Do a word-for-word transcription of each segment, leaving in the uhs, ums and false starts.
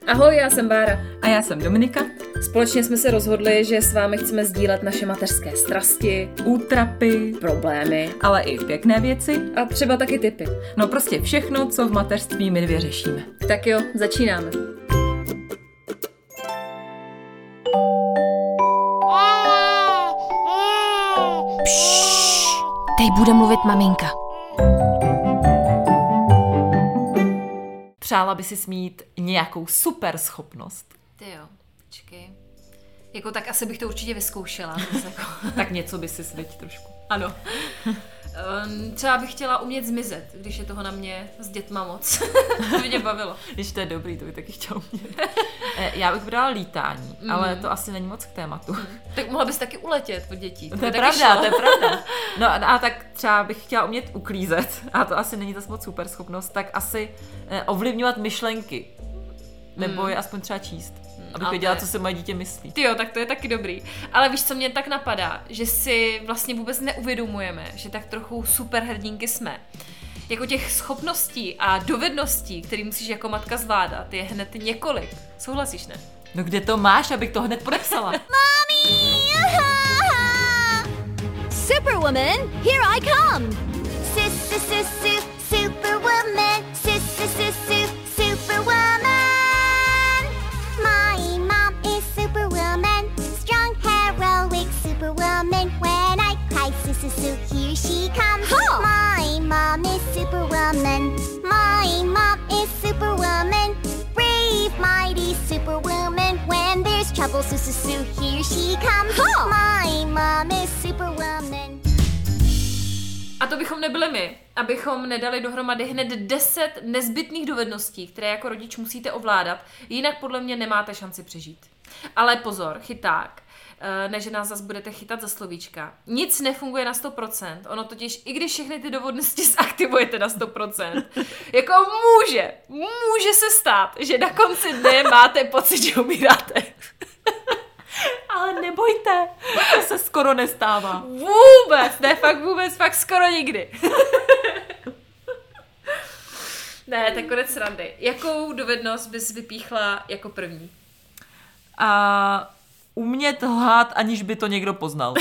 Ahoj, já jsem Bára. A já jsem Dominika. Společně jsme se rozhodli, že s vámi chceme sdílet naše mateřské strasti, útrapy, problémy, ale i pěkné věci. A třeba taky tipy. No prostě všechno, co v mateřství my dvě řešíme. Tak jo, začínáme. Pšš, teď bude mluvit maminka. Přála by si mít nějakou super schopnost? Ty jo, počkej. Jako tak asi bych to určitě vyzkoušela. jako... Tak něco by si svěť trošku. Ano. Um, třeba bych chtěla umět zmizet, když je toho na mě s dětma moc. To mě bavilo. Když to je dobrý, to bych taky chtěla umět. Já bych brala lítání, mm. ale to asi není moc k tématu. Mm. Tak mohla bys taky uletět od dětí. To, to je pravda, šlo. to je pravda. No a tak třeba bych chtěla umět uklízet, a to asi není ta moc super schopnost, tak asi ovlivňovat myšlenky. Nebo mm. je aspoň třeba číst. Abych věděla, co si moje dítě myslí. Tyjo, tak to je taky dobrý. Ale víš, co mě tak napadá? Že si vlastně vůbec neuvědomujeme, že tak trochu superhrdinky jsme. Jako těch schopností a dovedností, které musíš jako matka zvládat, je hned několik. Souhlasíš, ne? No kde to máš, abych to hned podepsala? Mommy! Superwoman, here I come! Sis, sis, sis, sis, superwoman! Sis, sis, sis, sis, superwoman! My mom is superwoman, strong, heroic superwoman. When I cry, sis, sis, sis, here she comes. Huh. My mom is superwoman. My mom is superwoman. Brave, mighty superwoman. When there's trouble, sis, sis, sis, here she comes. Huh. My mom is superwoman. A to bychom nebyli my, abychom nedali dohromady hned deset nezbytných dovedností, které jako rodič musíte ovládat, jinak podle mě nemáte šanci přežít. Ale pozor, chyták, ne, že nás zase budete chytat za slovíčka. Nic nefunguje na sto procent, ono totiž, i když všechny ty dovednosti zaktivujete na sto procent, jako může, může se stát, že na konci dne máte pocit, že umíráte. Ale nebojte, to se skoro nestává. Vůbec, ne, fakt vůbec, fakt skoro nikdy. Ne, tak konec srandy. Jakou dovednost bys vypíchla jako první? A umět lhát, aniž by to někdo poznal.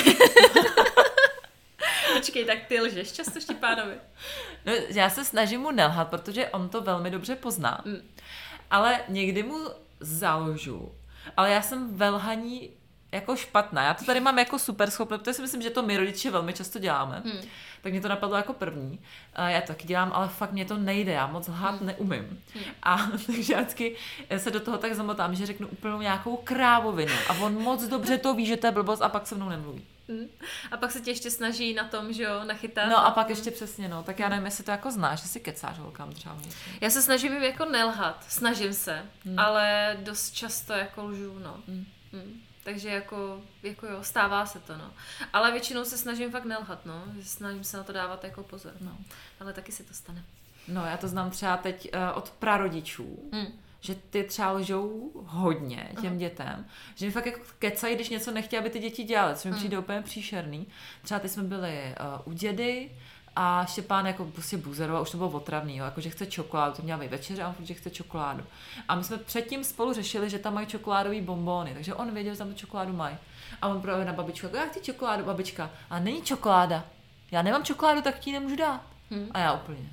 Počkej, tak ty lžeš často Štěpánovi? No, já se snažím mu nelhat, protože on to velmi dobře pozná. Mm. Ale někdy mu založu. Ale já jsem ve lhaní jako špatná. Já to tady mám jako super schopnost, protože si myslím, že to my rodiče velmi často děláme. Hmm. Tak mě to napadlo jako první. Já to taky dělám, ale fakt mě to nejde. Já moc lhát hmm. neumím. Hmm. A takže vždycky se do toho tak zamotám, že řeknu úplnou nějakou krávovinu. A on moc dobře to ví, že to je blbost, a pak se mnou nemluví. Hmm. A pak se tě ještě snaží na tom, že jo, nachytat. No a pak ještě přesně, no. Tak já nevím, jestli to jako znáš, že si kecáš holkám třeba. Já se snažím jim jako nelhat. Snažím se. Hmm. Ale dost často jako lžu, no. Hmm. Hmm. Takže jako, jako jo, stává se to, no. Ale většinou se snažím fakt nelhat, no. Snažím se na to dávat jako pozor, no. Ale taky se to stane. No, já to znám třeba teď uh, od prarodičů, hmm. že ty třeba lžou hodně těm Aha. dětem, že mi fakt jako kecají, když něco nechtějí, aby ty děti dělaly, což mi hmm. přijde úplně příšerný. Třeba teď jsme byli uh, u dědy a Štěpán jako prostě buzeroval, už to bylo otravný, jo, jako že chce čokoládu, to měla být večeře a on že chce čokoládu. A my jsme předtím spolu řešili, že tam mají čokoládový bonbóny, takže on věděl, že tam tu čokoládu mají. A on právě na babičku, jako, jak ty čokoládu, babička? A není čokoláda. Já nemám čokoládu, tak ti ji nemůžu dát. Hmm. A já úplně.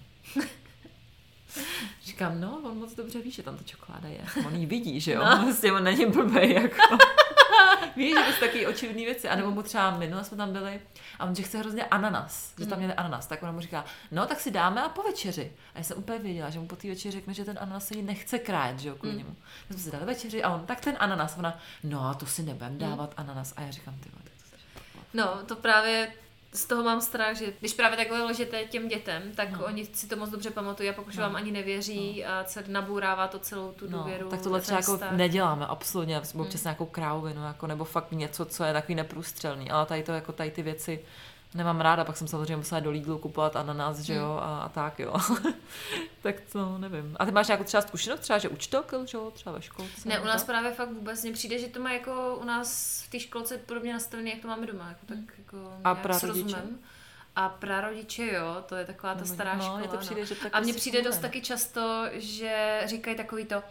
Říkám, no, on moc dobře ví, že tam ta čokoláda je. On ji vidí, že jo? No. Vlastně on není blbej, jako. Víš, že to jsou taky očividné věci. A nebo mu třeba minule jsme tam byli a on že chce hrozně ananas, že tam měli ananas. Tak ona mu říká, no tak si dáme a po večeři. A já jsem úplně věděla, že mu po té večeři řekne, že ten ananas se jí nechce krájet, že jo, kvůli mm. němu. Tak jsme si dali večeři a on, tak ten ananas. Ona, no to si nebudem dávat mm. ananas. A já říkám, ty vole, to No, to právě z toho mám strach, že když právě takhle lžete těm dětem, tak no. oni si to moc dobře pamatují a pokud no. vám ani nevěří no. a se nabourává to celou tu důvěru. No, tak tohle třeba jako neděláme, absolutně, občas mm. nějakou krávovinu, jako, nebo fakt něco, co je takový neprůstřelný, ale tady to, jako tady ty věci nemám ráda, pak jsem samozřejmě musela do Lidlu kupovat ananas, že jo, a, a tak jo. Tak to nevím. A ty máš nějakou třeba zkušenost, třeba, že učitelky lžou, třeba ve školce? Ne, u nás právě fakt vůbec mně přijde, že to má jako u nás v té školce podobně nastavené, jak to máme doma, jako tak jako a prarodiče? A prarodiče, jo, to je taková ta stará no, škola. To přijde, no. že A mně přijde dost taky často, že říkají takový to,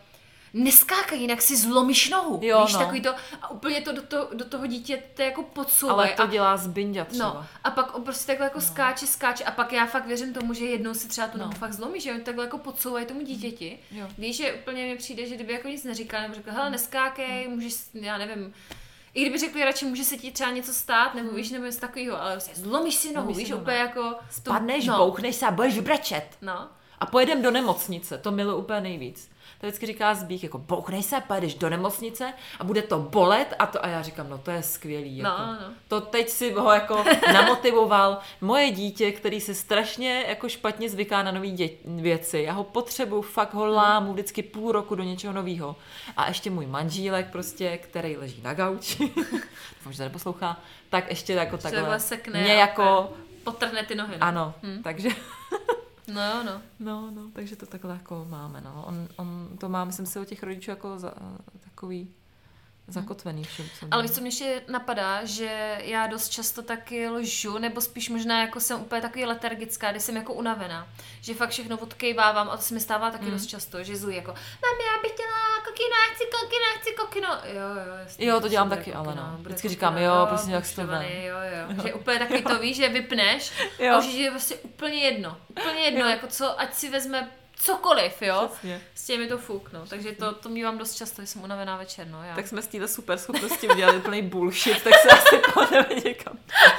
neskákej, jinak si zlomíš nohu. Jo, Víš, no. takový to, a úplně to do, to, do toho dítěte jako podsouvají. Ale to a, dělá Zbinďa třeba. No, a pak on prostě takhle jako no. skáče, skáče a pak já fakt věřím tomu, že jednou si třeba tu No. nohu fakt zlomí, že oni takhle jako podsouvají tomu dítěti. Jo. Víš, že úplně mi přijde, že kdyby jako nic neříkal, nebo řekl, hele, neskákej, můžeš, já nevím, i kdyby řekli radši, může se ti třeba něco stát, nebo víš, nebo něco takového, ale vlastně zlomíš si nohu, Zlomíš si víš, nohu. úplně jako... Spadneš, no. bouchneš se a budeš brečet. No. A pojedem do nemocnice, to miluji úplně nejvíc. To vždycky říká Zbík, jako bouchnej se, pojedeš do nemocnice a bude to bolet a to a já říkám, no to je skvělý. Jako. No, no. To teď si ho jako namotivoval. Moje dítě, který se strašně jako špatně zvyká na nový dě- věci, já ho potřebuju, fakt ho lámu vždycky půl roku do něčeho nového. A ještě můj manžílek prostě, který leží na gauči, doufám, že to neposlouchá, tak ještě jako takhle sekne mě jako... potrhne ty nohy. No. Ano, hmm. takže... No jo, no. No, no, takže to takhle jako máme, no. On, on to má, myslím si, u těch rodičů jako za, takový zakotvený všem. Ale víš, co mě ještě napadá, že já dost často taky lžu, nebo spíš možná jako jsem úplně takový letargická, když jsem jako unavená. Že fakt všechno odkejvávám a to se mi stává taky mm. dost často, že zuji jako mami, já bych chtěla kokino, chci kokino, chci kokino. Jo, jo, jasný, jo, to dělám taky, kokino, ale no. Vždycky kokino, říkám, jo, prostě jak to ven. Jo, jo, jo. Že úplně taky to víš, že vypneš jo. a už je prostě úplně jedno. Úplně jedno, jo. jako co, ať si vezme cokoliv, jo. Přesně. S těmi to fuk, no. Takže to, to mívám dost často, že jsem unavená večer, no. Já. Tak jsme s téhle super schopnosti udělali úplný bullshit, tak se asi pohneme někam.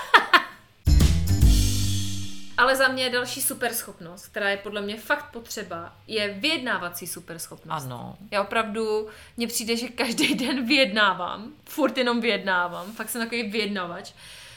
Ale za mě další superschopnost, která je podle mě fakt potřeba, je vyjednávací superschopnost. Ano. Já opravdu, mně přijde, že každý den vyjednávám, furt jenom vyjednávám, fakt jsem takový vyjednavač,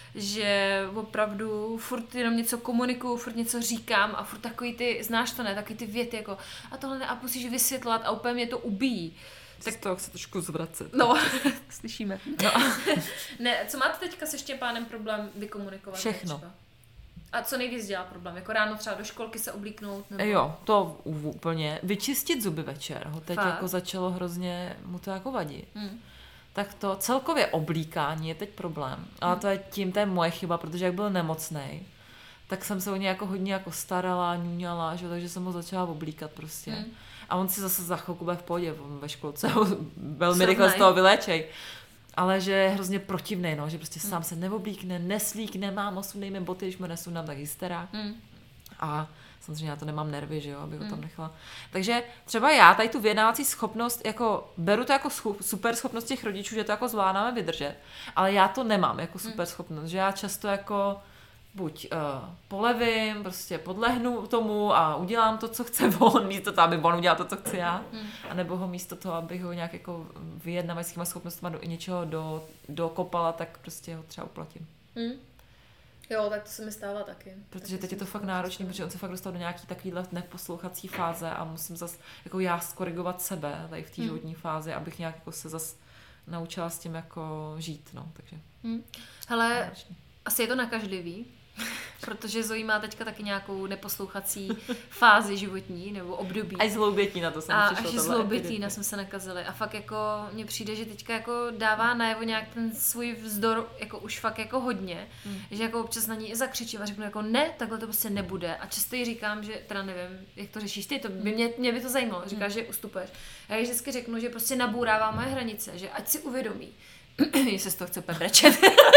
že opravdu furt jenom něco komunikuju, furt něco říkám a furt takový ty, znáš to ne, takový ty věty jako a tohle ne, a musíš vysvětlovat a úplně mě to ubíjí. Tak to chci trošku zvracet. No, slyšíme. No. Ne, co máte teďka se Štěpánem problém vykomunikovat? Všechno. Třeba? A co nejvíc dělá problém? Jako ráno třeba do školky se oblíknout? Nebo... Jo, to úplně. Vyčistit zuby večer. Ho teď Fakt? jako začalo hrozně, mu to jako vadí. Hmm. Tak to celkově oblíkání je teď problém. Ale to je tím, to je moje chyba, protože jak byl nemocnej, tak jsem se o něj jako hodně jako starala, ňuňala, že, takže jsem ho začala oblíkat prostě. Hmm. A on si zase za chvilku bude v pohodě, on ve školce ho velmi rychle z toho vyléčej. Ale že je hrozně protivnej, no, že prostě hmm. sám se neoblíkne, neslíkne, mám sundejme boty, když mu nesundám, tak hysterák. Hmm. A samozřejmě já to nemám nervy, že jo, abych ho tam nechala. Takže třeba já tady tu vyjednávací schopnost, jako beru to jako super schopnost těch rodičů, že to jako zvládáme vydržet, ale já to nemám jako super schopnost, že já často jako buď uh, polevím, prostě podlehnu tomu a udělám to, co chce on, místo toho, aby on udělal to, co chci já, mm. anebo ho místo toho, abych ho nějak jako vyjednávajícíma schopnostma do něčeho do, dokopala, tak prostě ho třeba uplatím. Mm. Jo, tak to se mi stává taky. Protože teď je to fakt náročný, protože on se fakt dostal do nějaký takovýhle neposlouchací fáze a musím zas jako já skorigovat sebe tady v té životní mm. fázi, abych nějak jako se zas naučila s tím jako žít, no, takže. Mm. Hele, náročný. Asi je to nakažlivý, protože Zoe má teďka taky nějakou neposlouchací fázi životní nebo období. Až zloubětí na to jsem a přišla. Až zloubětí na jsme se nakazili. A fakt jako mně přijde, že teďka jako dává najevo nějak ten svůj vzdor jako už fakt jako hodně. Hmm. Že jako občas na ní zakřičím a řeknu jako ne, takhle to prostě nebude. A často jí říkám, že teda nevím, jak to řešíš ty, to by mě, mě by to zajímalo. Říkáš, že ustupuješ. A já jí vždycky řeknu, že prostě nabourává moje hranice, že ať si uvědomí, jestli z toho chce pebrečet.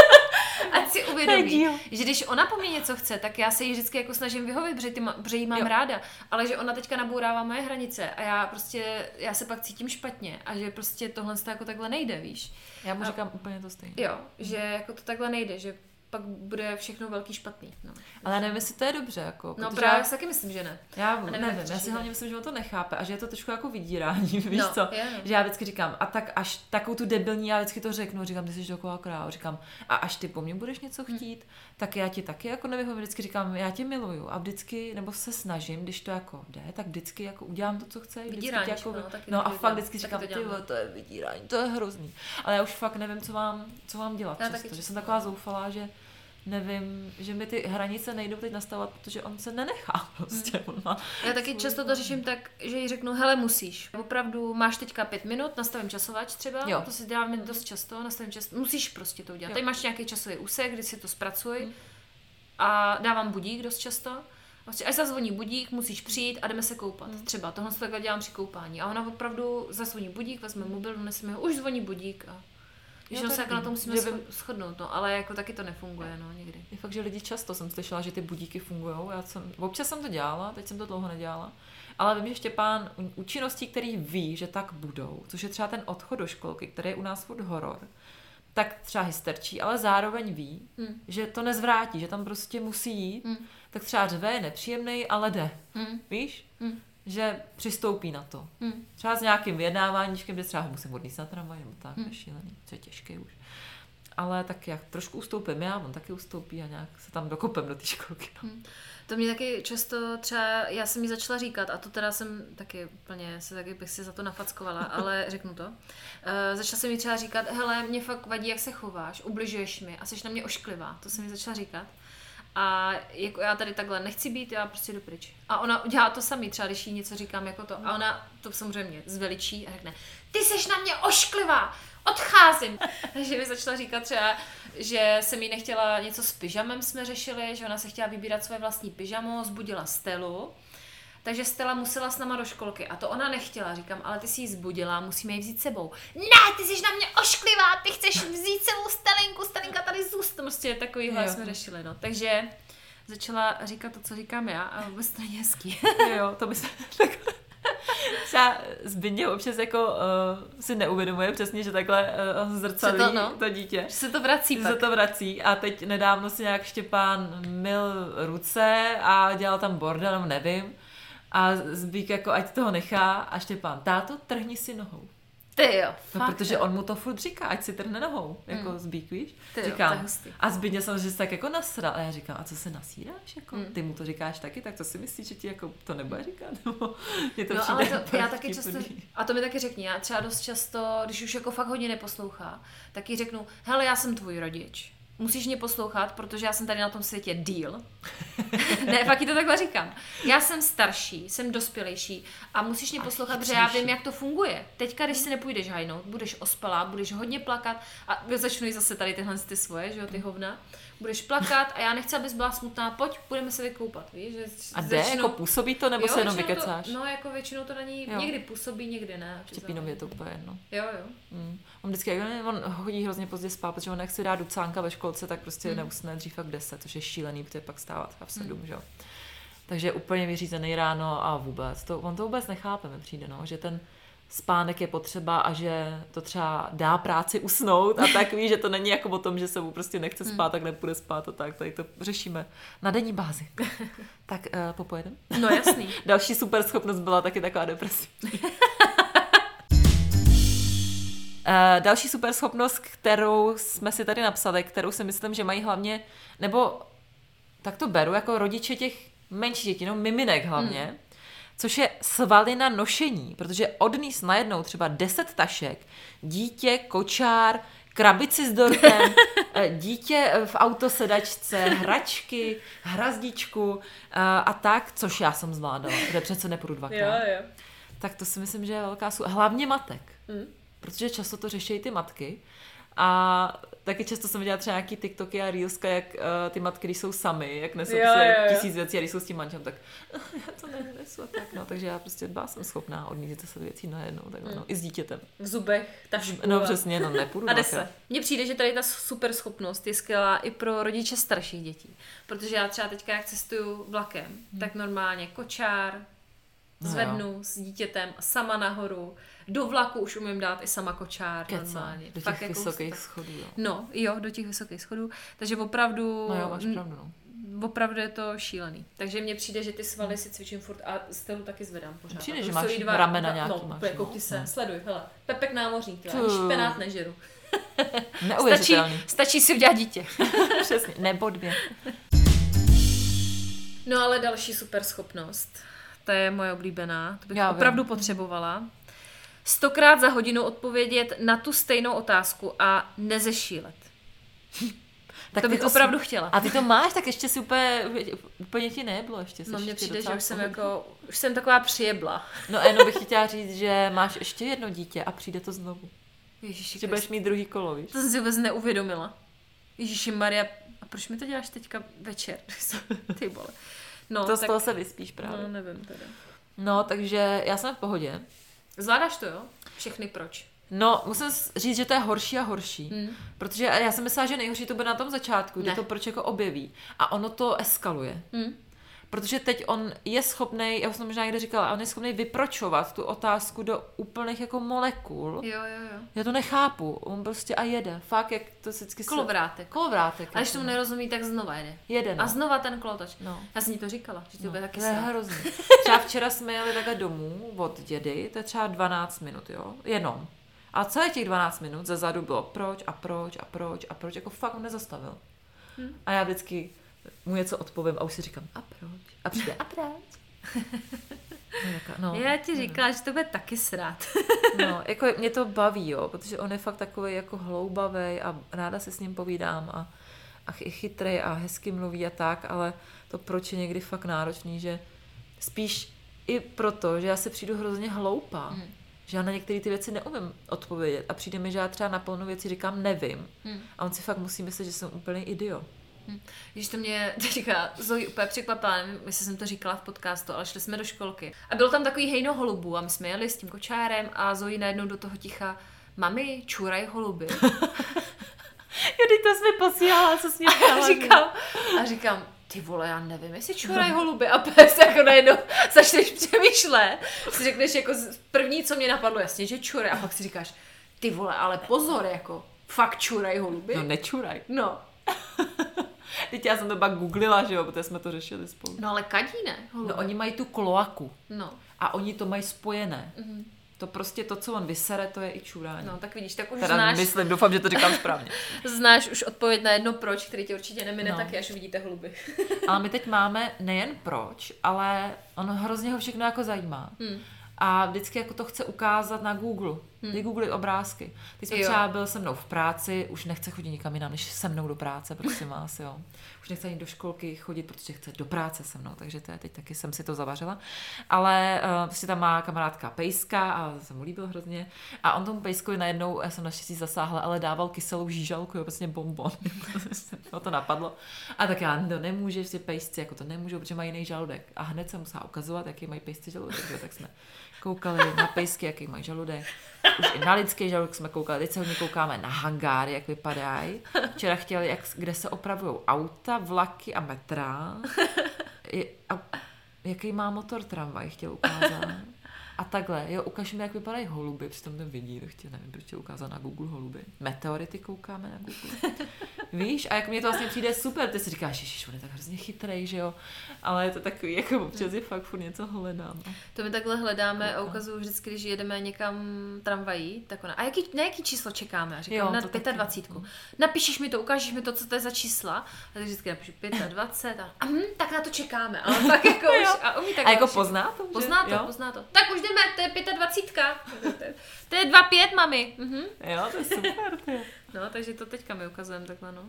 Ať si uvědomí, že když ona po mně něco chce, tak já se jí vždycky jako snažím vyhovit, protože, ty ma, protože jí mám jo. ráda, ale že ona teďka nabourává moje hranice a já prostě, já se pak cítím špatně a že prostě tohle jako takhle nejde, víš. Já mu a, říkám úplně to stejné. Jo, že jako to takhle nejde, že pak bude všechno velký špatný. No. Ale já nevím, jestli to je dobře. Jako, no právě já si taky myslím, že ne. Já nevím, nevím já si hlavně myslím, že on to nechápe a že je to trošku jako vydírání, víš no, co? Je, no. Že já vždycky říkám, a tak až takovou tu debilní, já vždycky to řeknu, říkám, ty jsi taková král, říkám, a až ty po mně budeš něco chtít, hmm. tak já ti taky jako nevyhovím, vždycky říkám, já tě miluju a vždycky, nebo se snažím, když to jako jde, tak vždycky jako udělám to, co chce. Vydírání, jako, no, no a fakt vždycky říkám, ty to je vydírání, to je hrozný. Ale já už fakt nevím, co mám, co mám dělat, často, že jsem taková zoufalá, že nevím, že mi ty hranice nejdou teď nastavovat, protože on se nenechá prostě. On má Já taky často to řeším tak, že jí řeknu, hele, musíš. Opravdu máš teďka pět minut, nastavím časovač třeba, jo. To si děláme dost často, nastavím čas, musíš prostě to udělat. Jo. Tady máš nějaký časový úsek, kdy si to zpracuj hmm. a dávám budík dost často Prostě až zazvoní budík, musíš přijít a jdeme se koupat. Hmm. Třeba tohle se takhle dělám při koupání. A ona opravdu zazvoní budík, vezme mobil, donese mi ho, už zvoní budík a když se jako na to musíme by... shodnout, no, ale jako taky to nefunguje, no, někdy. Je fakt, že lidi často jsem slyšela, že ty budíky fungujou. Já jsem, občas jsem to dělala, teď jsem to dlouho nedělala. Ale vím, že Štěpán u činností, který ví, že tak budou, což je třeba ten odchod do školky, který je u nás furt horor, tak třeba hysterčí, ale zároveň ví, mm. že to nezvrátí, že tam prostě musí jít, mm. tak třeba řve, je nepříjemnej, ale jde. Mm. Víš? Mm. Že přistoupí na to. Mm. Třeba s nějakým vyjednáváníčkem, kde třeba musím odníst na tramvaj, nebo tak, mm. šílený, co je těžké už. Ale tak jak trošku ustoupím já, on taky ustoupí a nějak se tam dokopem do té školky. No. Mm. To mě taky často třeba, já jsem jí začala říkat, a to teda jsem taky úplně, se taky bych si za to nafackovala, ale řeknu to. Uh, začala jsem jí třeba říkat, hele, mě fakt vadí, jak se chováš, ubližuješ mi a jsi na mě ošklivá, to jsem jí začala říkat. A jako já tady takhle nechci být, já prostě jdu pryč. A ona udělá to samý, třeba když jí něco říkám jako to. A ona to samozřejmě zveličí a řekne, ty seš na mě ošklivá, odcházím. Takže mi začala říkat třeba, že jsem jí nechtěla něco s pyžamem, jsme řešili, že ona se chtěla vybírat svoje vlastní pyžamo, zbudila Stelu. Takže Stella musela s náma do školky a to ona nechtěla, říkám, ale ty si ji zbudila, musíme ji vzít sebou. Ne, ty jsi na mě ošklivá, ty chceš vzít sebou Stelinku, Stelinka tady zůstane. Prostě takovýhle jsme řešili, no. Takže začala říkat to, co říkám já a vůbec to není hezký. Jo, to by se takhle... Třeba Zbyněk občas jako uh, si neuvědomuje přesně, že takhle uh, zrcadlí to, no, to dítě. Že se to vrací že pak. se to vrací a teď nedávno si nějak Štěpán myl ruce a dělal tam bordel, nebo nevím. A Zbík jako ať toho nechá a Štěpán, táto, trhni si nohou. Ty jo, no, fakt, protože on mu to furt říká, ať si trhne nohou, jako mm. Zbík, víš? Ty jo, říkám, a Zbík samozřejmě se tak jako nasral a já říkám, a co se nasíráš? Jako? Mm. Ty mu to říkáš taky, tak co si myslíš, že ti jako to nebude říkat? Je to no ale to, já taky často, a to mi taky řekni, já třeba dost často, když už jako fakt hodně neposlouchá, tak jí řeknu, hele, já jsem tvůj rodič. Musíš mě poslouchat, protože já jsem tady na tom světě díl. Ne, fakt ti to takhle říkám. Já jsem starší, jsem dospělejší a musíš mě poslouchat, protože já vím, jak to funguje. Teďka, když si nepůjdeš hajnout, budeš ospalá, budeš hodně plakat a začnu zase tady tyhle ty svoje, že jo, ty hovna. Budeš plakat a já nechci, abys byla smutná, pojď, budeme se vykoupat, víš? Že a jde, začnou... jako působí to, nebo jo, se jenom vykecáš? To, no, jako většinou to na ní jo. Někdy působí, někdy ne. Štěpínovi je to úplně jedno. Jo, jo. Mm. On vždycky, on hodí hrozně pozdě spát, protože on nechce dát ducánka ve školce, tak prostě mm. neusne dřív v deset, což je šílený, protože pak stává třeba v sedm, mm. že jo. Takže je úplně vyřízený ráno a vůbec. To, on to vůbec nechápe, mi přijde, no, že ten spánek je potřeba a že to třeba dá práci usnout a tak ví, že to není jako o tom, že se mu prostě nechce spát, tak nepůjde spát a tak. Tady to řešíme na denní bázi. Tak uh, popojedem? No jasný. Další super schopnost byla taky taková depresivní. uh, další super schopnost, kterou jsme si tady napsali, kterou si myslím, že mají hlavně, nebo tak to beru jako rodiče těch menších dětí, no miminek hlavně, hmm. což je svalina nošení, protože odníst najednou třeba deset tašek, dítě, kočár, krabici s dortem, dítě v autosedačce, hračky, hrazdičku a tak, což já jsem zvládala, protože přece nepůjdu dvakrát. Jo, jo. Tak to si myslím, že je velká sú... Hlavně matek, mm. protože často to řeší ty matky a taky často jsem viděla třeba nějaký TikToky a Reelska, jak uh, ty matky, když jsou samy, jak nesou jo, jo, jo. tisíc věcí a když jsou s tím manželem, tak uh, já to nenesu a tak, no, takže já prostě byla jsem schopná odníst deset věcí najednou, takhle, no, i s dítětem. V zubech, tašku. No přesně, no nepůjdu. A deset. Mně přijde, že tady ta super schopnost je skvělá i pro rodiče starších dětí, protože já třeba teďka, jak cestuju vlakem, hmm. tak normálně kočár, zvednu no s dítětem sama nahoru, do vlaku už umím dát i sama kočár. Keca, normálně. do těch Fakt vysokých jako, schodů. Jo. No, jo, do těch vysokých schodů. Takže opravdu... No jo, máš pravdu, no. Opravdu je to šílený. Takže mně přijde, že ty svaly si cvičím furt a Stelu taky zvedám pořád. Přijde, že máš dva, ramena nějaký. No, máš, koukni no. se, no. sleduj, hele. Pepek námořník, ani špenát nežeru. Neuvěřitelný. Stačí, stačí si udělat dítě. Přesně, nebo dvě. No ale další super schopnost, to je moje oblíbená, to bych Já opravdu vím. potřebovala. Stokrát za hodinu odpovědět na tu stejnou otázku a nezešílet. Tak to bych to opravdu jsi... chtěla. A ty to máš, tak ještě si úplně, úplně ti nebylo ještě. No mně přijde, že už jsem jako, už jsem taková přijebla. No a jenom bych chtěla říct, že máš ještě jedno dítě a přijde to znovu. Ježiši, že budeš mít druhý kolo, víš? To jsem si vůbec neuvědomila. Ježiši Maria, a proč mi to děláš teďka večer? Ty vole. No, to z tak, toho se vyspíš právě. no, nevím teda. No, takže já jsem v pohodě. Zvládáš to, jo? Všechny proč? No, musím říct, že to je horší a horší. Hmm. Protože já jsem myslela, že nejhorší to bude na tom začátku, kdy Ne. to proč jako objeví. A ono to eskaluje. Hmm. Protože teď on je schopnej, já už jsem možná někde říkala, on je schopnej vypročovat tu otázku do úplných jako molekul. Jo, jo, jo. Já to nechápu. On prostě a jede. Fakt, jak to vždycky se... Kolovrátek. Kolovrátek. A když jako, tomu no. nerozumí, tak znova jede. Jede, no. A znova ten kolotoč. No. Já jsem ti to říkala, že to No, bude taky to je srát. hrozný. Třeba včera jsme jeli takhle domů od dědy, to je třeba dvanáct minut, jo, jenom. A celé těch dvanáct minut ze zadu bylo proč a proč a proč a proč, jako fakt on nezastavil. Hm. A já vždycky mu něco odpovím a už si říkám, a proč? A přijde, a proč? No, jaká, no, Já ti no, říkala, že to bude taky srát. no, jako mě to baví, jo, protože on je fakt takový jako hloubavý a ráda se s ním povídám a, a chy- chytrej a hezky mluví a tak, ale to proč je někdy fakt náročný, že spíš i proto, že já se přijdu hrozně hloupá, Hmm. že já na některé ty věci neumím odpovědět a přijde mi, že já třeba na plnou věci říkám nevím Hmm. a on si fakt musí myslet, že jsem úplný idiot. Když to mě teďka Zoe úplně překvapila, nevím, jestli jsem to říkala v podcastu, ale šli jsme do školky. A bylo tam takový hejno holubů a my jsme jeli s tím kočárem a Zoe najednou do toho ticha, mami, čuraj holuby. Jo, teď to jsi mi posílala, co jsi mě A ptala, říkám, a říkám, ty vole, já nevím, jestli čuraj holuby a pes jako najednou začneš přemýšlet. Si řekneš jako z- první, co mě napadlo, jasně, že čuraj a pak si říkáš, ty vole, ale pozor, jako, fakt čuraj holuby. No nečuraj. No, Teď já jsem to pak googlila, že jo, protože jsme to řešili spolu. no ale kadí ne, holuby. No oni mají tu kloaku No, a oni to mají spojené. mhm. To prostě to, co on vysere, to je i čurání. No, tak vidíš, tak už Teda znáš, myslím, doufám, že to říkám správně. znáš už odpověď na jedno proč, který tě určitě nemine No. taky, až uvidíte holuby. Ale my teď máme nejen proč, ale on hrozně ho všechno jako zajímá. Hmm. A vždycky jako to chce ukázat na Google. Hmm. Ty Google obrázky. Teď jsme Jo. třeba byl se mnou v práci, už nechce chodit nikam jinam, než se mnou do práce, prosím vás, jo. Už nechce ani do školky chodit, protože chce do práce se mnou, takže to je teď taky jsem si to zavařila. Ale uh, prostě tam má kamarádka Pejska a se mu líbil hrozně. A on tomu Pejskovi najednou, já jsem naštěstí zasáhla, ale dával kyselou žížalku, jo, prostě bonbon. Ho to napadlo. A tak já, no nemůžeš si Pejsci, jako to nemůžou, protože mají jiný žaludek. A hned jsem musela ukazovat, jaký mají Pejsci žaludek, jo, tak jsme koukali na Pejsky, jaký mají žaludek. Už i na lidský žaludek jsme koukali, teď se hodně koukáme na hangáry, jak vypadají. Včera chtěli, jak, kde se opravují auta, vlaky a metra. I, a jaký má motor tramvaj, chtěl ukázat. A takhle, jo, ukaž mi, jak vypadají holuby, přitom nevidí, to chtěl, nevím, proč chtěl ukázat na Google holuby. Meteority koukáme na Google. Víš, a jak mně to vlastně přijde super, ty si říkáš, ježiš, on je tak hrozně chytrej, že jo, ale je to takový, jako občas je fakt furt něco hledám. To my takhle hledáme a ukazuju vždycky, když jedeme někam tramvají, tak ona, a jaký, na jaký číslo čekáme? A říkám, Jo, na to taky. dvacítku. Napíšeš mi to, ukážeš mi to, co to je za čísla. A tak vždycky napíšu dvacet pět a, a hm, tak na to čekáme. Ale tak jako už, a umí tak A jako pozná to? že- Pozná to, jo? pozná to. Tak už jdeme, to je dvacet pět. To je dva pět, mami. Mhm. Jo, to je super, ty. No, takže to teďka mi ukazujeme takhle, no.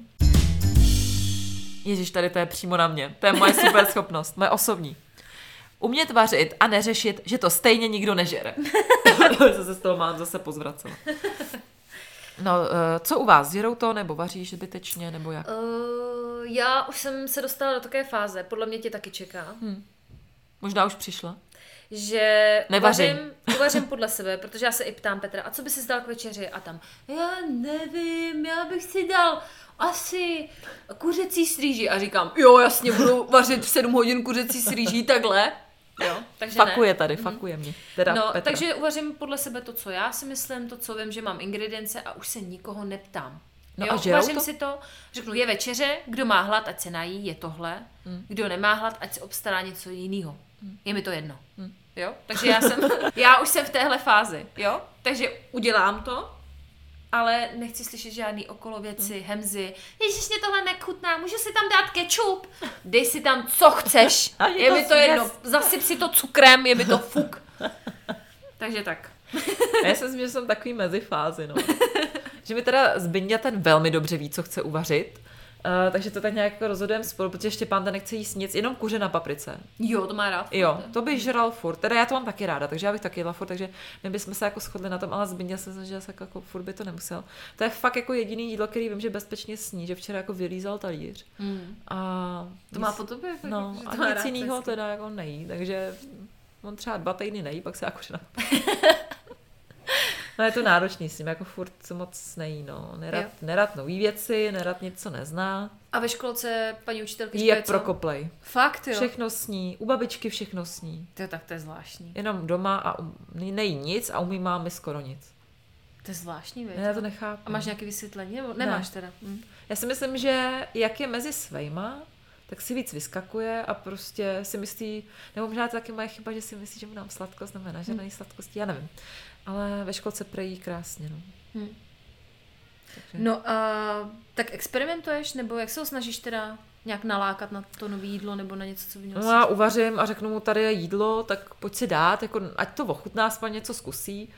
Ježíš, tady to je přímo na mě. To je moje super schopnost, moje osobní. Umět vařit a neřešit, že to stejně nikdo nežere. To se z toho mám zase pozvracela. No, eh, co u vás? Žerou to, nebo vaříš zbytečně, nebo jak? Uh, já už jsem se dostala do takové fáze, podle mě tě taky čeká, Hm. Možná už přišla. že Nevařím. uvařím, uvařím podle sebe, protože já se i ptám Petra, a co by si dal k večeři? A tam, já nevím, já bych si dal asi kuřecí s rýží. A říkám, jo, jasně, budu vařit v sedm hodin kuřecí s rýží, takhle. Jo, takže Fakuje ne. tady, fakuje mě. Teda No, Petra. takže uvařím podle sebe to, co já si myslím, to, co vím, že mám ingredience a už se nikoho neptám. No jo, a žerou uvařím to? si to, řeknu, je večeře, kdo má hlad, ať se nají, je tohle. Hmm. Kdo nemá hlad, ať si obstará něco jiného. Je mi to jedno. Jo? Takže já jsem, já už jsem v téhle fázi, jo? Takže udělám to, ale nechci slyšet žádný okolo věci, hemzy. Ježiš, mě tohle nechutná, můžu si tam dát kečup? Dej si tam, co chceš. A je Je to mi to směs. jedno. Zasyp si to cukrem, je mi to fuk. Takže tak. Já si myslím, že jsem takový mezifázi, no. Že mi teda Zbyňa ten velmi dobře ví, co chce uvařit. Uh, takže to tak nějak jako rozhodujeme spolu, protože Štěpán ten nechce jíst nic, jenom kuře na paprice. Jo, to má rád. Jo, to by žral furt. Teda já to mám taky ráda, takže já bych taky jedla furt, takže my bychom se jako shodli na tom, ale Zbigněl jsem se, že jako, jako furt by to nemusel. To je fakt jako jediný jídlo, který vím, že bezpečně sní, že včera jako vylízal talíř. Mm. A To má po tobě? Fakt, no, že to a má nic rád jinýho hezky. teda jako nejí, takže on třeba dva týdny nejí, pak se jako na No je to náročný s ním, jako furt co moc nejí, no. Nerad, nerad nový věci, nerad nic, co nezná. A ve školce paní učitelky Jí říká jak co? prokoplej. Fakt, jo? Všechno sní, u babičky všechno sní. To je tak, to je zvláštní. Jenom doma a um, nejí nic a umí mámy skoro nic. To je zvláštní, věc. Já to nechápu. A máš nějaké vysvětlení? Nebo nemáš Ne. teda? Hm. Já si myslím, že jak je mezi svejma, tak si víc vyskakuje a prostě si myslí, nebo možná to taky moje chyba, že si myslí, že mu dám sladkost, znamená, že není sladkosti, já nevím. Ale ve školce prejí krásně, no. Hm. Takže... No a tak experimentuješ, nebo jak se ho snažíš teda nějak nalákat na to nové jídlo, nebo na něco, co by mělo No já uvařím a řeknu mu, tady je jídlo, tak pojď si dát, jako, ať to ochutná, aspoň něco zkusí.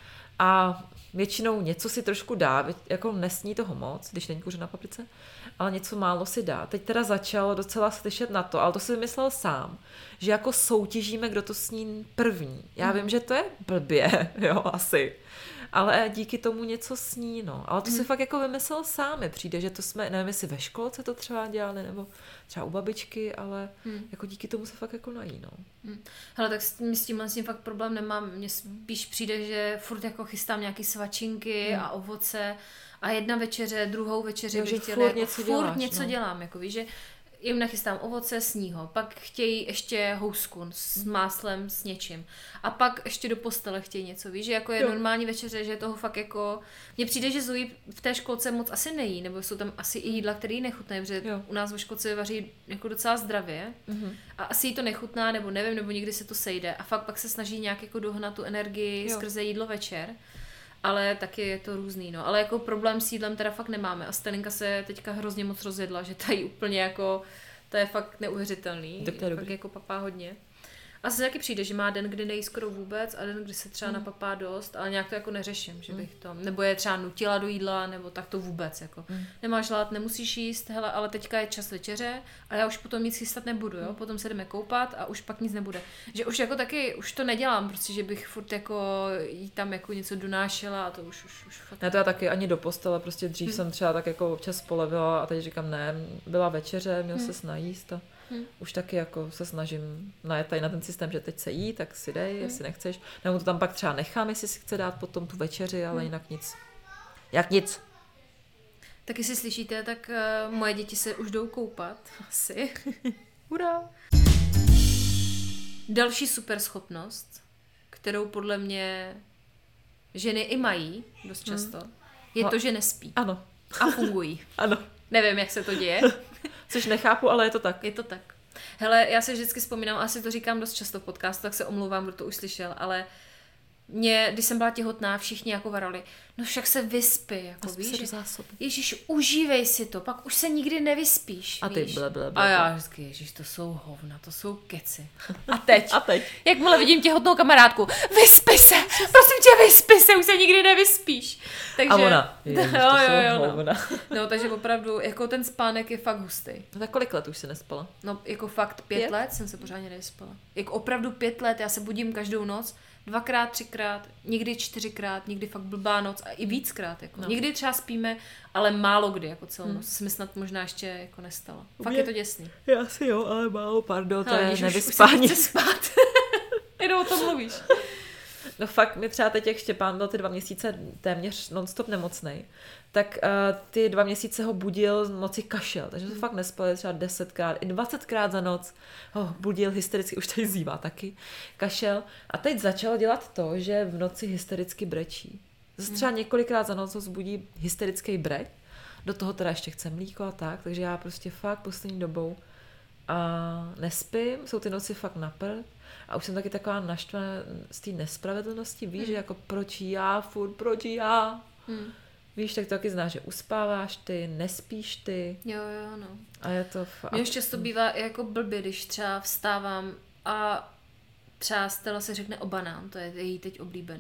A většinou něco si trošku dá, jako nesní toho moc, když není kuře na paprice, ale něco málo si dá. Teď teda začal docela slyšet na to, ale to si vymyslel sám, že jako soutěžíme, kdo to sní první. Já vím, že to je blbě, jo, asi. Ale díky tomu něco sní, no. Ale to si fakt jako vymyslel sám, mi přijde, že to jsme, nevím, jestli ve školce to třeba dělali, nebo třeba u babičky, ale Hmm. jako díky tomu se fakt jako nají, no. Hele, tak s tím, s tímhle s tím fakt problém nemám. Mně spíš přijde, že furt jako chystám nějaký svačinky Hmm. a ovoce a jedna večeře, druhou večeři Jo, bych že chtěla, furt jako, něco furt děláš, něco no. dělám, jako víš, že jim nachystám ovoce, sní ho, pak chtějí ještě housku s máslem, s něčím. A pak ještě do postele chtějí něco, víš, že jako je Jo. normální večeře, že je toho fakt jako... Mně přijde, že Zoe v té školce moc asi nejí, nebo jsou tam asi i jídla, které jí nechutnají, protože Jo. u nás ve školce vaří jako docela zdravě. Mhm. A asi jí to nechutná, nebo nevím, nebo někdy se to sejde. A fakt pak se snaží nějak jako dohnat tu energii Jo. skrze jídlo večer. Ale taky je to různý, no. Ale jako problém s jídlem teda fakt nemáme. A Stalinka se teďka hrozně moc rozjedla, že tady úplně jako, to je fakt neuvěřitelný. Tak to je fakt dobrý. jako papá hodně. A se taky přijde, že má den, kdy nejí skoro vůbec a den, kdy se třeba Hmm. napapá dost, ale nějak to jako neřeším, že bych to, nebo je třeba nutila do jídla, nebo tak to vůbec, jako. Hmm. Nemáš hlad, nemusíš jíst, hele, ale teďka je čas večeře a já už potom nic chystat nebudu, jo, potom se jdeme koupat a už pak nic nebude. Že už jako taky, už to nedělám, prostě, že bych furt jako jí tam jako něco donášela a to už, už, už fakt. Ne, to já taky ani do postele, prostě dřív Hmm. jsem třeba tak jako občas polevila a teď říkám ne, byla večeře, měl Hmm. se najíst a Hmm. už taky jako se snažím najet tady na ten systém, že teď se jí, tak si dej, Hmm. jestli nechceš. Nebo to tam pak třeba nechám, jestli si chce dát potom tu večeři, ale Hmm. jinak nic. Jak nic. Tak jestli slyšíte, tak uh, moje děti se už jdou koupat, asi. Hurá! Další super schopnost, kterou podle mě ženy i mají dost často, je No. to, že nespí Ano, a fungují. ano. Nevím, jak se to děje. Což nechápu, ale je to tak. Je to tak. Hele, já se vždycky vzpomínám, asi to říkám dost často v podcastu, tak se omlouvám, kdo to už slyšel, ale mě, když jsem byla těhotná, všichni jako varali, no však se vyspí, jako Aspoň víš, se do že, zásob. Ježíš, užívej si to, pak už se nikdy nevyspíš, A ty víš. ble, ble, ble, A já ble. vždycky, ježíš, to jsou hovna, to jsou keci. A teď, A teď. jakmile vidím těhotnou kamarádku, vyspí se, prosím tě, vyspí se, už se nikdy nevyspíš. Takže, A ona. Ježiš, to jo, jsou jo, jo, no. hovna. No, takže opravdu, jako ten spánek je fakt hustý. No tak kolik let už si nespala? No, jako fakt pět, Pět? let jsem se pořádně nevyspala. Jako opravdu pět let, já se budím každou noc, dvakrát, třikrát, někdy čtyřikrát, někdy fakt blbá noc a i víckrát. Jako. No. Někdy třeba spíme, ale málo kdy, jako celou Hmm. noc. Se mi snad možná ještě jako nestalo. U Fakt mě- je to děsný. Já si jo, ale málo, pardon, to Hele, je vidíš, už- už se nevyspání. chce spát. Jenom o tom mluvíš. No fakt, mi třeba teď, jak Štěpán byl ty dva měsíce téměř non-stop nemocnej, tak uh, ty dva měsíce ho budil v noci kašel, takže to fakt nespal třeba desetkrát, i dvacetkrát za noc ho budil hystericky, už tady zývá taky, kašel. A teď začal dělat to, že v noci hystericky brečí. Zase třeba několikrát za noc ho zbudí hysterický breč, do toho teda ještě chce mlíko a tak, takže já prostě fakt poslední dobou a nespím, jsou ty noci fakt na prd. A už jsem taky taková naštvaná z té nespravedlnosti, víš, že jako proč já, furt proč já. Hmm. Víš, tak to taky znáš, že uspáváš ty, nespíš ty Jo, jo, no. a je to fakt... Mně už často bývá i jako blbě, když třeba vstávám a třeba Stella si řekne o banán, to je její teď oblíbený.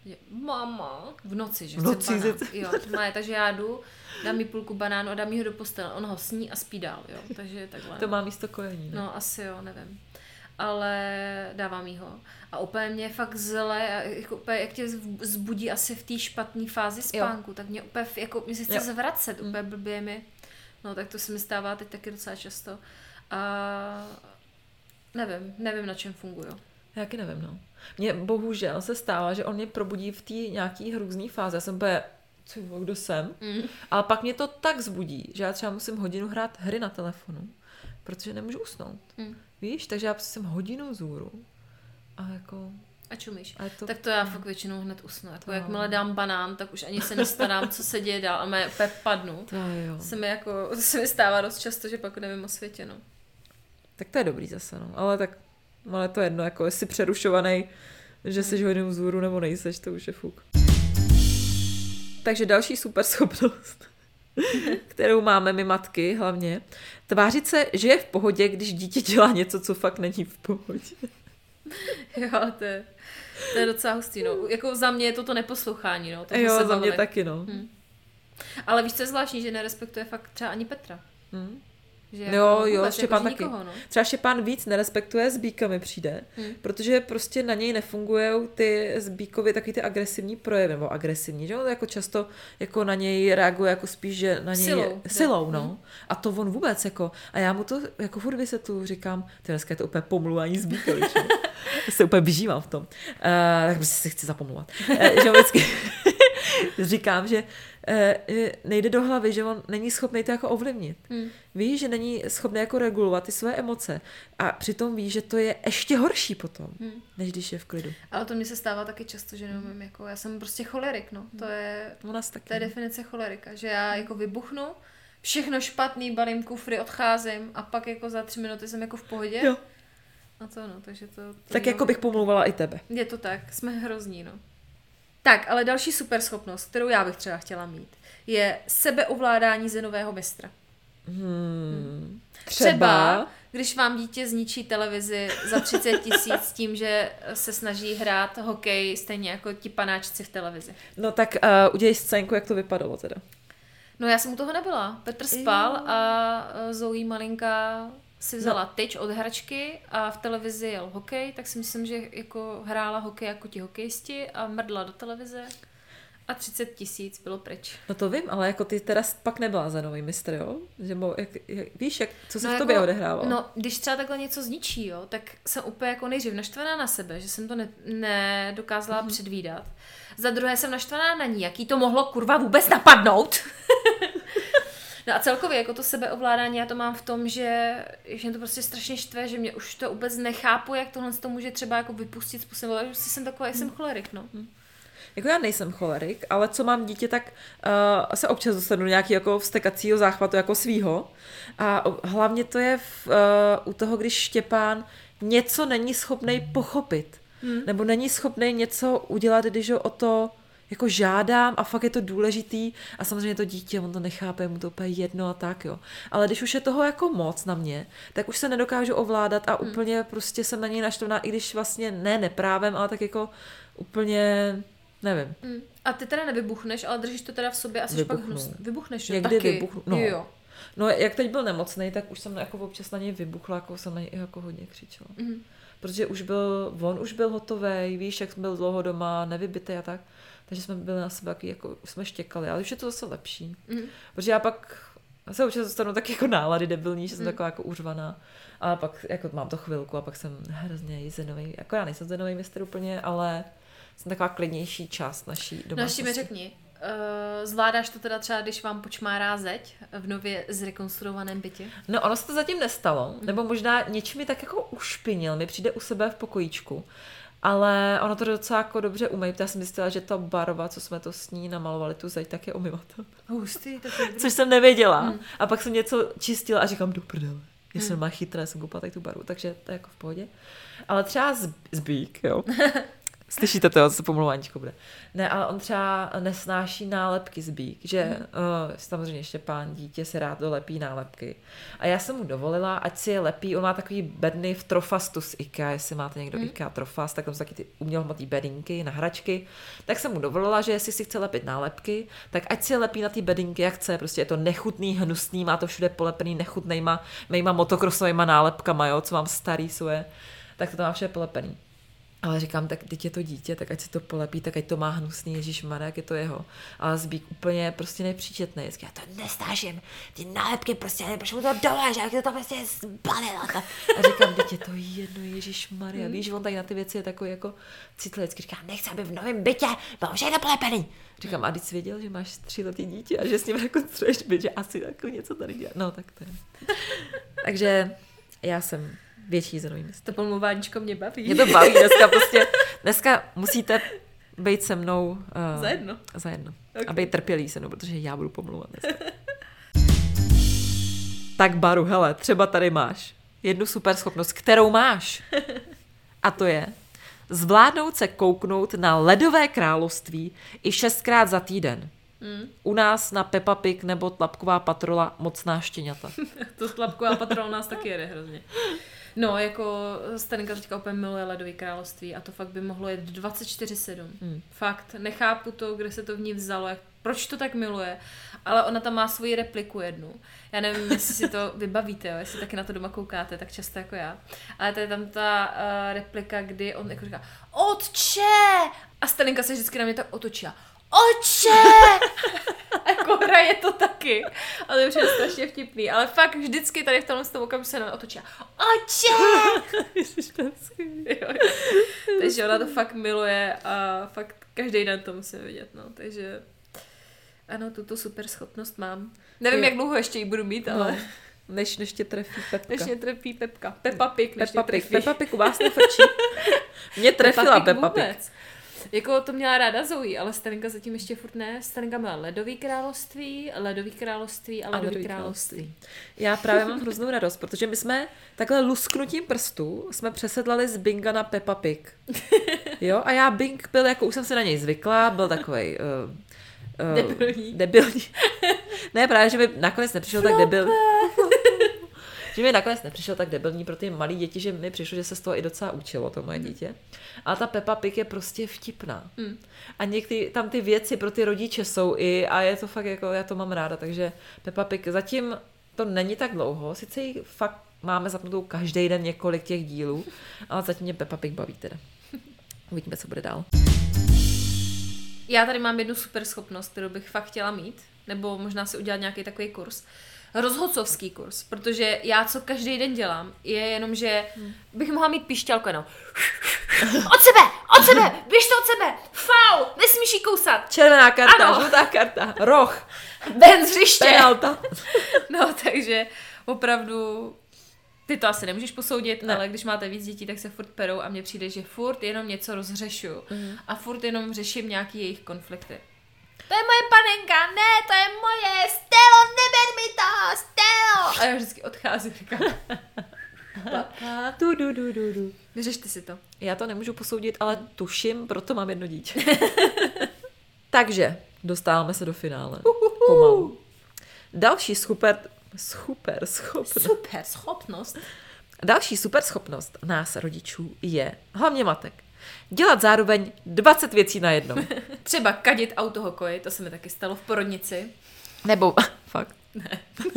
Že, mama, v noci, že V noci chce banán. zit- Jo, má, takže já jdu, dám jí půlku banánu a dám jí ho do postele. On ho sní a spí dál, jo. Takže takhle. To má místo kojení, ne? No, asi jo, nevím. Ale dávám jí ho. A úplně mě je fakt zle, a jako úplně, jak tě zbudí asi v té špatné fázi spánku, jo. tak mě úplně, jako, mě se chce Jo. zvracet, úplně blbě mi. No, tak to se mi stává teď taky docela často. A nevím, nevím, na čem funguju. Já taky nevím, no. Mně bohužel se stává, že on mě probudí v té nějaký hrůzný fázi. Já jsem úplně, co, kdo jsem? Mm. Ale pak mě to tak zbudí, že já třeba musím hodinu hrát hry na telefonu, protože nemůžu usnout. Mm. Víš? Takže já jsem hodinu vzhůru a jako... A čumíš. A je to... Tak to já fakt většinou hned usnu. Jako To- jakmile dám banán, tak už ani se nestarám, co se děje dál. A mě úplně padnu. To jo. Se mi, jako, to se mi stává dost často, že pak nevím o světě, no. Tak to je dobrý zase, no. Ale tak, ale to je jedno, jako jestli přerušovaný, že jsi hodinu vzhůru nebo nejseš, to už je fuk. Takže další super schopnost, kterou máme my matky hlavně, tvářit se, že je v pohodě, když dítě dělá něco, co fakt není v pohodě. Jo, ale to je, to je docela hustý, no. Jako za mě je to to neposlouchání, no. To jsme Jo, se za mě bavili. taky, no. Hm. Ale víš, co je zvláštní, že nerespektuje fakt třeba ani Petra. Hm. Že Jo, jako jo, vůbec, Štěpán jako, že taky. nikoho, no. Třeba Štěpán víc nerespektuje Zbíka, mi přijde, Hm. protože prostě na něj nefungují ty Zbíkovy taky ty agresivní projevy, nebo agresivní, že on jako často jako na něj reaguje jako spíš, že na něj Silou, silou, jo. no. Hm. A to on vůbec jako, a já mu to jako furt vysvětluju, říkám, ty dneska je to úplně pomluvání Zbíkovi, že? Já se úplně vyžívám v tom. Uh, tak prostě si chci zapomluvat. Uh, že vždycky říkám, že uh, nejde do hlavy, že on není schopný to jako ovlivnit. Hm. Ví, že není schopný jako regulovat ty své emoce a přitom ví, že to je ještě horší potom, Hm. než když je v klidu. Ale to mně se stává taky často, že neumím, jako, já jsem prostě cholerik, no. To je, U nás taky. to je definice cholerika, že já jako vybuchnu, všechno špatný, balím kufry, odcházím a pak jako za tři minuty jsem jako v pohodě. Jo. A to no, takže to... to Tak jo. jako bych pomluvala i tebe. Je to tak, jsme hrozní, no. Tak, ale další superschopnost, kterou já bych třeba chtěla mít, je sebeovládání zenového mistra. Hmm. Třeba, Třeba, když vám dítě zničí televizi za třicet tisíc tím, že se snaží hrát hokej stejně jako ti panáčci v televizi. no tak uh, udělej scénku, jak to vypadalo teda. No já jsem u toho nebyla. Petr spal a uh, Zoe malinka si vzala tyč od hračky a v televizi jel hokej, tak si myslím, že jako hrála hokej jako ti hokejisti a mrdla do televize a třicet tisíc bylo pryč. No to vím, ale jako ty teda pak nebyla zenový mistr, jo? Že mo, jak, jak, víš, jak, co se No v tobě jako- odehrávalo? No, když třeba takhle něco zničí, jo, tak jsem úplně jako nejdřív naštvaná na sebe, že jsem to ne, nedokázala Mhm. mm-hmm. předvídat. Za druhé jsem naštvaná na ní, jaký to mohlo kurva vůbec napadnout. No a celkově jako to sebeovládání já to mám v tom, že, že mě to prostě strašně štve, že mě už to vůbec nechápu, jak tohle to může třeba jako vypustit způsobem, ale prostě jsem taková, jsem cholerik, no. Jako já nejsem cholerik, ale co mám dítě, tak uh, se občas dostanu do nějakého jako vztekacího záchvatu jako svýho. A hlavně to je v, uh, u toho, když Štěpán něco není schopný pochopit. Hmm. Nebo není schopný něco udělat, když ho o to jako žádám a fakt je to důležitý a samozřejmě to dítě, on to nechápe, mu to úplně jedno a tak, jo. Ale když už je toho jako moc na mě, tak už se nedokážu ovládat a hmm. úplně prostě jsem na něj naštvaná, i když vlastně ne neprávem, ale tak jako úplně... Nevím. Mm. A ty teda nevybuchneš, ale držíš to teda v sobě a jsi pak Vybuchnu. hnus. Vybuchneš, jo? Někdy Taky. vybuchnu, no. Jo. No, jak teď byl nemocnej, tak už jsem jako občas na něj vybuchla, jako jsem na něj jako hodně křičela. Mm. Protože už byl, on už byl hotovej, víš, jak byl dlouho doma, nevybitý a tak. Takže jsme byli na sebe, jaký, jako jsme štěkali, ale už je to zase lepší. Mm. Protože já pak se občas dostanu tak jako nálady debilní, že jsem Mm. taková jako uřvaná. A pak jako mám to chvilku a pak jsem hrozně zenový, jako já nejsem zenový mistr úplně, ale jsem taková klidnější část naší No ještě domácnosti. mi řekni, uh, zvládáš to teda třeba, když vám počmárá zeď v nově zrekonstruovaném bytě? No ono se to zatím nestalo, nebo možná něčím mi tak jako ušpinil, mi přijde u sebe v pokojíčku, ale ono to docela jako dobře umí, já jsem zjistila, že ta barva, co jsme to s ní namalovali, tu zeď, tak je umyvatel. Hustý, tak je Což jsem nevěděla. Hmm. A pak jsem něco čistila a říkám, do prdele. Já jsem Hmm. má chytrá, jsem koupila tak tu barvu, takže to je jako v pohodě. Ale třeba z- Zbík, jo. Slyšíte to, co pomluváníčko bude. Ne, ale on třeba nesnáší nálepky z Bík, že mm. uh, samozřejmě ještě pán dítě si rád dolepí nálepky. A já jsem mu dovolila, ať si je lepí, on má takový bedny v Trofastu z IKEA, jestli máte někdo mm. IKEA Trofast, tak tam jsou taky ty umělohmotný bedinky na hračky. Tak jsem mu dovolila, že jestli si chce lepit nálepky, tak ať si je lepí na ty bedinky, jak chce, prostě je to nechutný, hnusný, má to všude polepený nechutnejma, mýma motokrosovýma nálepkama, jo, co mám starý svoje, tak to tam má všude polepený. Ale říkám, tak teď je to dítě, tak ať si to polepí, tak ať to má hnusný, ježišmarja, jak je to jeho. Ale Zbík úplně prostě nepříčetný. Já to nestážím, ty nálepky prostě, proč mu to dovolíš, jak to tam prostě zbalila. A říkám, teď je to jedno, ježišmarja, víš, on tady na ty věci je takový jako citlivecký. Říká, nechci, aby v novém bytě bylo všechno polepený. Říkám, a teď jsi věděl, že máš tříletý dítě a že s ním rekonstruuješ byt, že asi jako něco tady dělá. No, tak to je. Takže já jsem větší zenový mistr. To pomluváníčko mě baví. Mě to baví, dneska prostě, dneska musíte být se mnou uh, Zajedno. Zajedno. Okay. A být trpělý se mnou, protože já budu pomlouvat dneska. Tak Baru, hele, třeba tady máš jednu super schopnost, kterou máš. A to je zvládnout se kouknout na Ledové království i šestkrát za týden. Mm. U nás na Peppa Pig nebo Tlapková patrola mocná štěňata. To Tlapková patrola nás taky jede hrozně. No, jako Starinka teďka úplně miluje Ledový království a to fakt by mohlo jet dvacet čtyři sedm. Mm. Fakt, nechápu to, kde se to v ní vzalo, jak, proč to tak miluje, ale ona tam má svoji repliku jednu. Já nevím, jestli si to vybavíte, jo, jestli taky na to doma koukáte, tak často jako já. Ale to je tam ta uh, replika, kdy on jako říká Otče! A Starinka se vždycky na mě tak otočí a Otče! A jako hraje to taky. Ale to je strašně vtipný. Ale fakt vždycky tady v tomhle tom okamžiku se na mě otočí. Otče! Takže ona to fakt miluje a fakt každý den to musím vidět. No. Takže ano, tuto super schopnost mám. Nevím, jo. jak dlouho ještě ji budu mít, ale... No. Než, než tě trefí Pepka. Než mě trefí Pepka. Peppa Pig, než Peppa tě trefí. Peppa Pig u vás nefrčí. Mě trefila Peppa Pig. Jako to měla ráda Zoe, ale Starinka zatím ještě furt ne. Starinka měla Ledový království, Ledový království a Ledový, Ledový království. království. Já právě mám hroznou radost, protože my jsme takhle lusknutím prstů jsme přesedlali z Binga na Peppa Pig. Jo, a já Bing byl, jako už jsem se na něj zvykla, byl takovej... Uh, uh, debilní. debilní. Ne, právě, že mi nakonec nepřišel tak debil. Že mi nakonec nepřišel tak debilní pro ty malé děti, že mi přišlo, že se z toho i docela učilo to moje dítě. Ale ta Peppa Pig je prostě vtipná. Mm. A někdy tam ty věci pro ty rodiče jsou i, a je to fakt jako, já to mám ráda, takže Peppa Pig zatím to není tak dlouho, sice ji fakt máme zapnutou každý den několik těch dílů, ale zatím mě Peppa Pig baví teda. Uvidíme, co bude dál. Já tady mám jednu super schopnost, kterou bych fakt chtěla mít, nebo možná si udělat nějaký takový kurz. Rozhodcovský kurz, protože já, co každý den dělám, je jenom, že bych mohla mít pišťalku jenom od sebe, od sebe, běž to od sebe, faul, nesmíš jí kousat. Červená karta, ano. žlutá karta, roh, ven z hřiště. penalta. No, takže opravdu, ty to asi nemůžeš posoudit, ne. ale když máte víc dětí, tak se furt perou a mně přijde, že furt jenom něco rozřešuju mm. a furt jenom řeším nějaký jejich konflikty. To je moje panenka, ne, to je moje, Stelo, neber mi to, Stelo. A já vždycky odcházím, říkám. Papa, Du, du, du, du, du. vyřešte si to. Já to nemůžu posoudit, ale tuším, proto mám jedno dítě. Takže dostáváme se do finále. Pomalu. Další super, super schopnost. Super schopnost. Další super schopnost nás rodičů je, hlavně matek, dělat zároveň dvacet věcí na jednou. Třeba kadit autohokoji, to se mi taky stalo v porodnici. Nebo, fakt. Ne.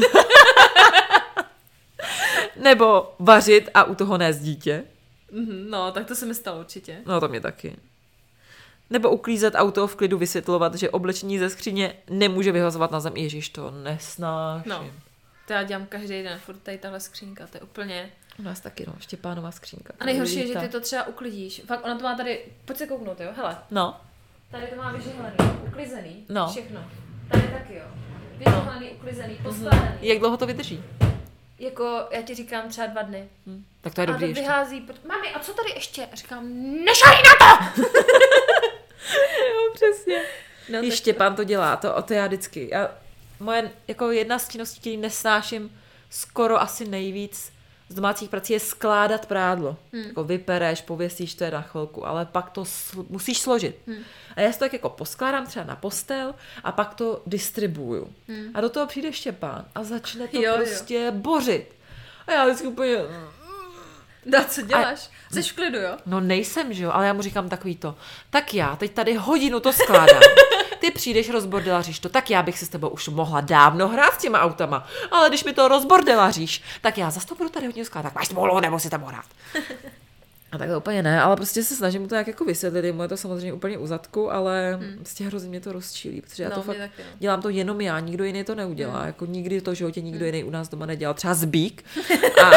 Nebo vařit a u toho nést dítě. No, tak to se mi stalo určitě. No, to mě taky. Nebo uklízet auto v klidu, vysvětlovat, že oblečení ze skříně nemůže vyhazovat na zem. Ježiš, to nesnáším. No, to já dělám každý den, furt tady tahle skřínka, to je úplně... U nás taky, no, Štěpánová skřínka. A nejhorší je, že ty to třeba uklidíš. Fakt, ona to má tady, pojď se kouknout, jo, hele. No. Tady to má vyžehlený, uklizený, no. Všechno. Tady taky, jo. Vyžehlený, uklizený, poskládaný. Jak dlouho to vydrží? Jako, já ti říkám třeba dva dny. Hm. Tak to je dobrý a to ještě. vyhází, pot... Mami, a co tady ještě? A říkám, nešarej na to! Jo, přesně. No, Víš, Štěpán to dělá, to, to já vždycky. Já, moje, jako jedna z činností, který nesnáším skoro asi nejvíc z domácích prací je skládat prádlo. Hmm. Jako vypereš, pověsíš to je na chvilku, ale pak to sl- musíš složit. Hmm. A já si to tak jako poskládám třeba na postel a pak to distribuju. Hmm. A do toho přijde Štěpán a začne to jo, prostě jo. bořit. A já vždycky úplně... No, co děláš? A... Jsi v klidu, jo? No nejsem, že jo, ale já mu říkám takový to. Tak já teď tady hodinu to skládám. Ty přijdeš, rozbordelaříš to, tak já bych si s tebou už mohla dávno hrát s těma autama. Ale když mi to rozbordelaříš, tak já zase to budu tady hodně skládat. Tak máš smůlu, nebo si tam hrát. A tak to úplně ne, ale prostě se snažím mu to nějak jako vysvětlit. Mu je to samozřejmě úplně u zadku, ale hmm. prostě hrozně mě to rozčílí, protože já no, to fakt taky, no. dělám to jenom já, nikdo jiný to neudělá. Hmm. Jako nikdy to v životě nikdo hmm. jiný u nás doma nedělal. Třeba Zbík. A...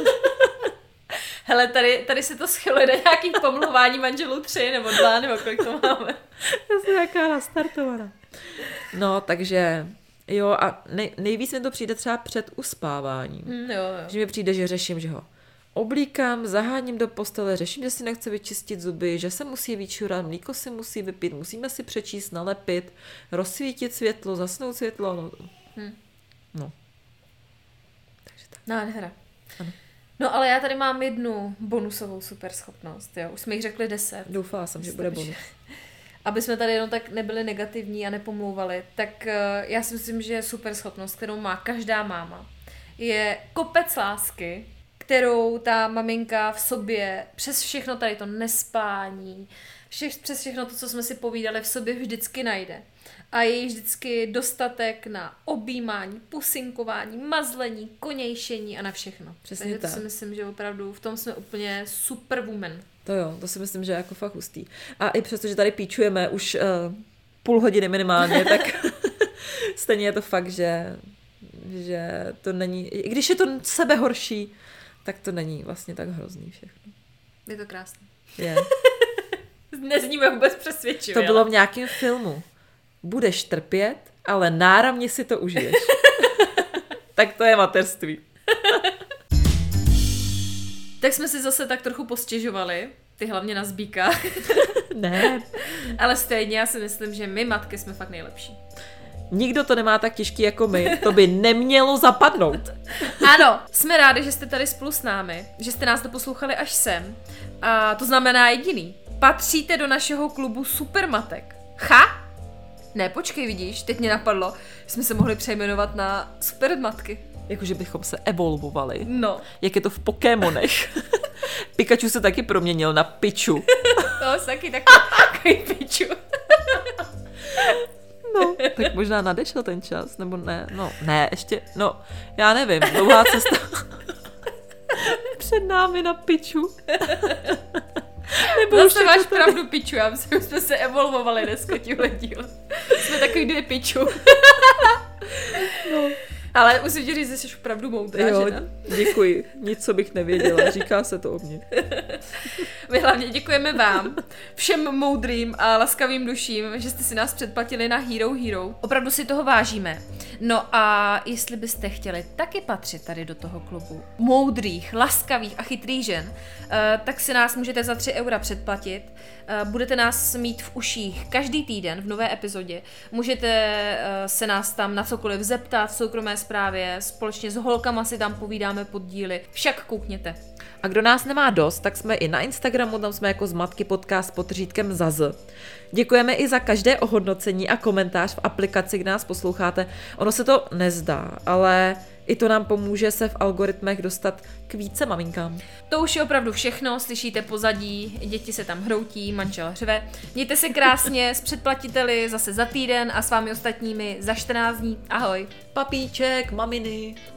Hele, tady, tady se to schyluje na nějaký pomluvání manželů tři nebo dva, nebo kolik to máme. Já jsem nějaká nastartovaná. No, takže jo, a nej, nejvíc mi to přijde třeba před uspáváním. Mm, jo, jo. Že mi přijde, že řeším, že ho oblíkám, zaháním do postele, řeším, že si nechce vyčistit zuby, že se musí vyčurat, mlíko si musí vypít, musíme si přečíst, nalepit, rozsvítit světlo, zasnout světlo. No. Hmm. no. Takže tak. Nádhera. Ano. No ale já tady mám jednu bonusovou superschopnost, jo. Už jsme jich řekli deset. Doufala jsem, že bude bonus. Aby jsme tady jenom tak nebyli negativní a nepomlouvali, tak uh, já si myslím, že superschopnost, kterou má každá máma, je kopec lásky, kterou ta maminka v sobě přes všechno tady to nespání, vše, přes všechno to, co jsme si povídali, v sobě vždycky najde. A je vždycky dostatek na objímání, pusinkování, mazlení, konějšení a na všechno. Přesně Takže to tak. si myslím, že opravdu v tom jsme úplně superwoman. To jo, to si myslím, že je jako fakt hustý. A i přesto, že tady píčujeme už uh, půl hodiny minimálně, tak stejně je to fakt, že, že to není, i když je to sebe horší, tak to není vlastně tak hrozný všechno. Je to krásné. Je. Nezníme vůbec přesvědčivě. To bylo v nějakém filmu. Budeš trpět, ale náramně si to užiješ. Tak to je mateřství. Tak jsme si zase tak trochu postěžovali, ty hlavně na Zbíka. Ne. Ale stejně já si myslím, že my matky jsme fakt nejlepší. Nikdo to nemá tak těžký jako my. To by nemělo zapadnout. Ano, jsme rádi, že jste tady spolu s námi, že jste nás doposlouchali až sem. A to znamená jediný. Patříte do našeho klubu supermatek. Ha? Ne, počkej, vidíš, teď mě napadlo, že jsme se mohli přejmenovat na supermatky. Jakože bychom se evolvovali. No. Jak je to v Pokémonech. Pikachu se taky proměnil na Pichu. To taky takový, takový Pichu. No, tak možná nadešel ten čas, nebo ne, no, ne, ještě, no, já nevím, dlouhá cesta před námi na Pichu. Nebo zase máš pravdu, Pichu, já myslím, že jsme se evolvovali dneska tímhle dílem. Jsme takový dvě Pichu. No. Ale musím ti říct, že jsi opravdu moudrá jo, žena. Děkuji, nic, co bych nevěděla, říká se to o mně. My hlavně děkujeme vám, všem moudrým a laskavým duším, že jste si nás předplatili na Hero Hero. Opravdu si toho vážíme. No a jestli byste chtěli taky patřit tady do toho klubu moudrých, laskavých a chytrých žen, tak si nás můžete za tři eura předplatit. Budete nás mít v uších každý týden v nové epizodě. Můžete se nás tam na cokoliv zeptat v soukromé zprávě, společně s holkama si tam povídáme poddíly. Však koukněte. A kdo nás nemá dost, tak jsme i na Instagramu, tam jsme jako Zmatky podcast pod řídkem Zaz. Děkujeme i za každé ohodnocení a komentář v aplikaci, kde nás posloucháte. Ono se to nezdá, ale i to nám pomůže se v algoritmech dostat k více maminkám. To už je opravdu všechno, slyšíte pozadí, děti se tam hroutí, manžel řve. Mějte se krásně, s předplatiteli zase za týden a s vámi ostatními za čtrnáct dní. Ahoj. Papíček, maminy.